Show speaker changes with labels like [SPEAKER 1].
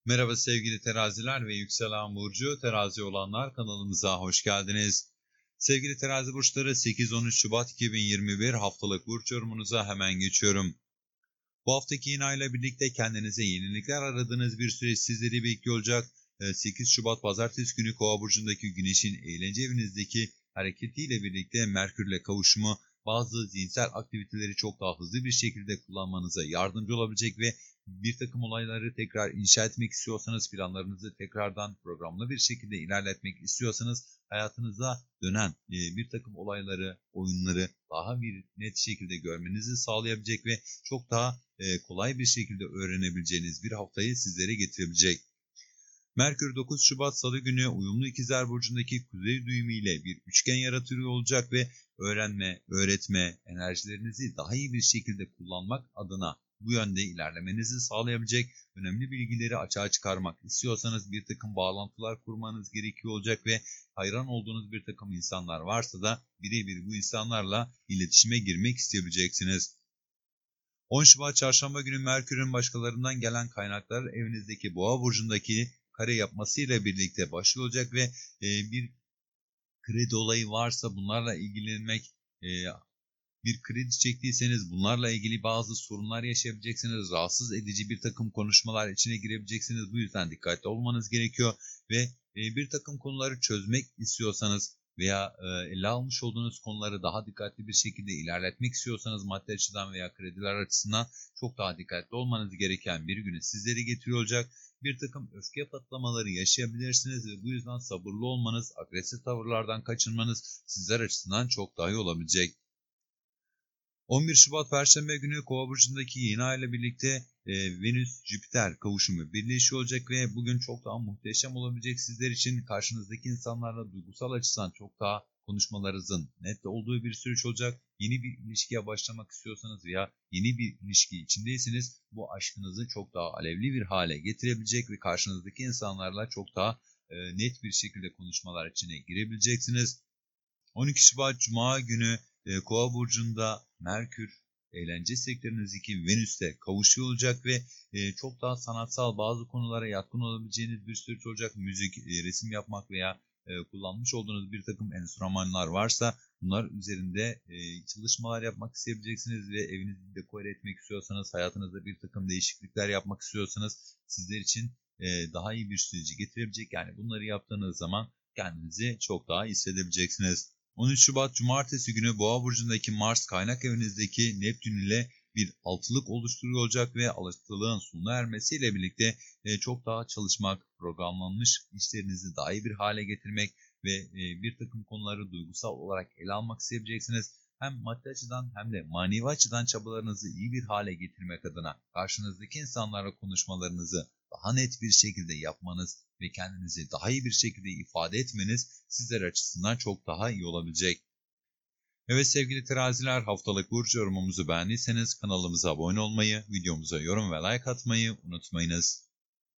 [SPEAKER 1] Merhaba sevgili teraziler ve yükselen burcu terazi olanlar, kanalımıza hoş geldiniz. Sevgili terazi burçları, 8-13 Şubat 2021 haftalık burç yorumunuza hemen geçiyorum. Bu haftaki yeni ayla birlikte kendinize yenilikler aradığınız bir süreç sizleri bekliyor olacak. 8 Şubat Pazartesi günü Kova burcundaki Güneş'in eğlence evinizdeki hareketiyle birlikte Merkür'le kavuşumu bazı zihinsel aktiviteleri çok daha hızlı bir şekilde kullanmanıza yardımcı olabilecek ve bir takım olayları tekrar inşa etmek istiyorsanız, planlarınızı tekrardan programlı bir şekilde ilerletmek istiyorsanız, hayatınıza dönen bir takım olayları, oyunları daha bir net şekilde görmenizi sağlayabilecek ve çok daha kolay bir şekilde öğrenebileceğiniz bir haftayı sizlere getirebilecek. Merkür 9 Şubat Salı günü uyumlu İkizler Burcu'ndaki kuzey düğümü ile bir üçgen yaratıyor olacak ve öğrenme, öğretme, enerjilerinizi daha iyi bir şekilde kullanmak adına bu yönde ilerlemenizi sağlayabilecek önemli bilgileri açığa çıkarmak istiyorsanız bir takım bağlantılar kurmanız gerekiyor olacak ve hayran olduğunuz bir takım insanlar varsa da birebir bu insanlarla iletişime girmek isteyebileceksiniz. 10 Şubat Çarşamba günü Merkür'ün başkalarından gelen kaynaklar evinizdeki Boğa burcundaki kare yapmasıyla birlikte başlıyor olacak ve bir kredi olayı varsa bunlarla ilgilenmek, bir kredi çektiyseniz bunlarla ilgili bazı sorunlar yaşayabileceksiniz. Rahatsız edici bir takım konuşmalar içine girebileceksiniz. Bu yüzden dikkatli olmanız gerekiyor ve bir takım konuları çözmek istiyorsanız veya ele almış olduğunuz konuları daha dikkatli bir şekilde ilerletmek istiyorsanız maddi açıdan veya krediler açısından çok daha dikkatli olmanız gereken bir günü sizleri getiriyor olacak. Bir takım öfke patlamaları yaşayabilirsiniz ve bu yüzden sabırlı olmanız, agresif tavırlardan kaçınmanız sizler açısından çok daha iyi olabilecek. 11 Şubat Perşembe günü Kova burcundaki yeni ay ile birlikte Venüs-Jüpiter kavuşumu birleşiyor olacak ve bugün çok daha muhteşem olabilecek sizler için. Karşınızdaki insanlarla duygusal açıdan çok daha konuşmalarınızın net olduğu bir süreç olacak. Yeni bir ilişkiye başlamak istiyorsanız veya yeni bir ilişki içindeyseniz bu aşkınızı çok daha alevli bir hale getirebilecek ve karşınızdaki insanlarla çok daha net bir şekilde konuşmalar içine girebileceksiniz. 12 Şubat Cuma günü Kova burcunda Merkür eğlence sektörünüzdeki Venüs'te kavuşuyor olacak ve çok daha sanatsal bazı konulara yatkın olabileceğiniz bir süreç olacak. Müzik, resim yapmak veya kullanmış olduğunuz bir takım enstrümanlar varsa bunlar üzerinde çalışmalar yapmak isteyebileceksiniz ve evinizi dekore etmek istiyorsanız, hayatınızda bir takım değişiklikler yapmak istiyorsanız sizler için daha iyi bir süreci getirebilecek. Yani bunları yaptığınız zaman kendinizi çok daha iyi hissedebileceksiniz. 13 Şubat Cumartesi günü Boğa burcundaki Mars kaynak evinizdeki Neptün ile bir altılık oluşturuyor olacak ve altılığın sona ermesiyle birlikte çok daha çalışmak, programlanmış işlerinizi daha iyi bir hale getirmek ve bir takım konuları duygusal olarak ele almak isteyebileceksiniz. Hem maddi açıdan hem de manevi açıdan çabalarınızı iyi bir hale getirmek adına karşınızdaki insanlarla konuşmalarınızı daha net bir şekilde yapmanız ve kendinizi daha iyi bir şekilde ifade etmeniz sizler açısından çok daha iyi olabilecek. Evet sevgili teraziler, haftalık burç yorumumuzu beğendiyseniz kanalımıza abone olmayı, videomuza yorum ve like atmayı unutmayınız.